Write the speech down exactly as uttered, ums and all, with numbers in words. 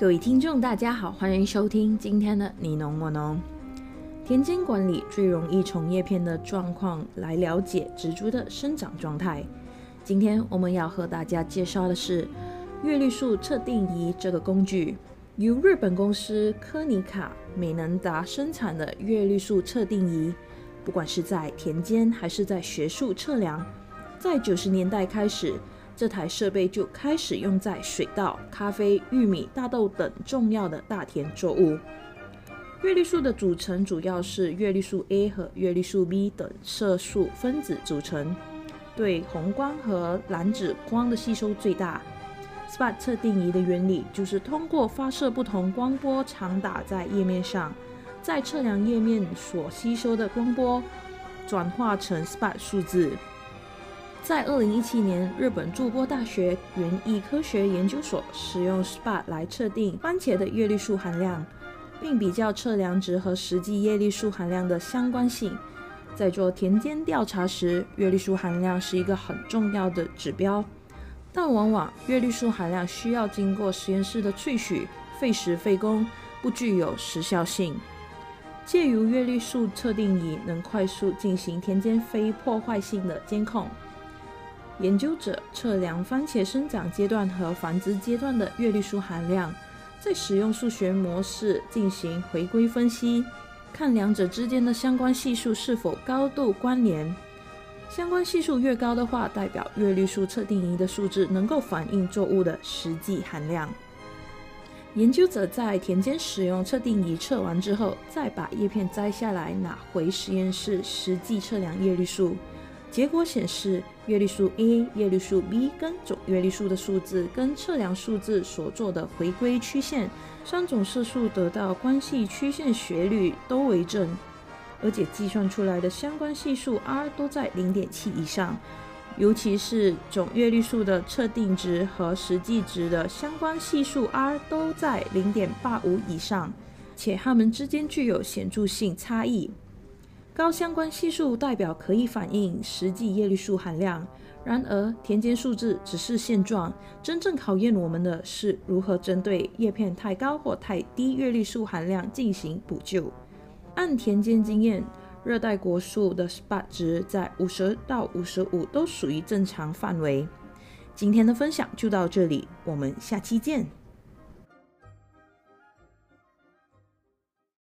各位听众大家好，欢迎收听今天的你侬我侬。田间管理最容易从叶片的状况来了解植株的生长状态。今天我们要和大家介绍的是叶绿素测定仪这个工具，由日本公司科尼卡美能达生产的叶绿素测定仪。不管是在田间还是在学术测量，在九十年代开始，这台设备就开始用在水稻、咖啡、玉米、大豆等重要的大田作物。叶绿素的组成主要是叶绿素 A 和叶绿素 B 等色素分子组成，对红光和蓝紫光的吸收最大。S P A T 测定仪的原理就是通过发射不同光波长打在叶面上，再测量叶面所吸收的光波，转化成 S P A T 数字。在二零一七年，日本筑波大学园艺科学研究所使用 S P A T 来测定番茄的叶绿素含量，并比较测量值和实际叶绿素含量的相关性。在做田间调查时，叶绿素含量是一个很重要的指标，但往往叶绿素含量需要经过实验室的萃取，费时费工，不具有时效性。借由叶绿素测定仪能快速进行田间非破坏性的监控。研究者测量番茄生长阶段和繁殖阶段的叶绿素含量，再使用数学模式进行回归分析，看两者之间的相关系数是否高度关联。相关系数越高的话，代表叶绿素测定仪的数字能够反映作物的实际含量。研究者在田间使用测定仪测完之后，再把叶片摘下来拿回实验室实际测量叶绿素。结果显示，叶绿素 A、叶绿素 B 跟总叶绿素的数字跟测量数字所做的回归曲线，三种色素得到关系曲线斜率都为正，而且计算出来的相关系数 R 都在 零点七 以上，尤其是总叶绿素的测定值和实际值的相关系数 R 都在 零点八五 以上，且它们之间具有显著性差异。高相关系数代表可以反映实际叶绿素含量，然而田间数字只是现状，真正考验我们的是如何针对叶片太高或太低叶绿素含量进行补救。按田间经验，热带果树的 S P A T 值在五十到五十五都属于正常范围。今天的分享就到这里，我们下期见。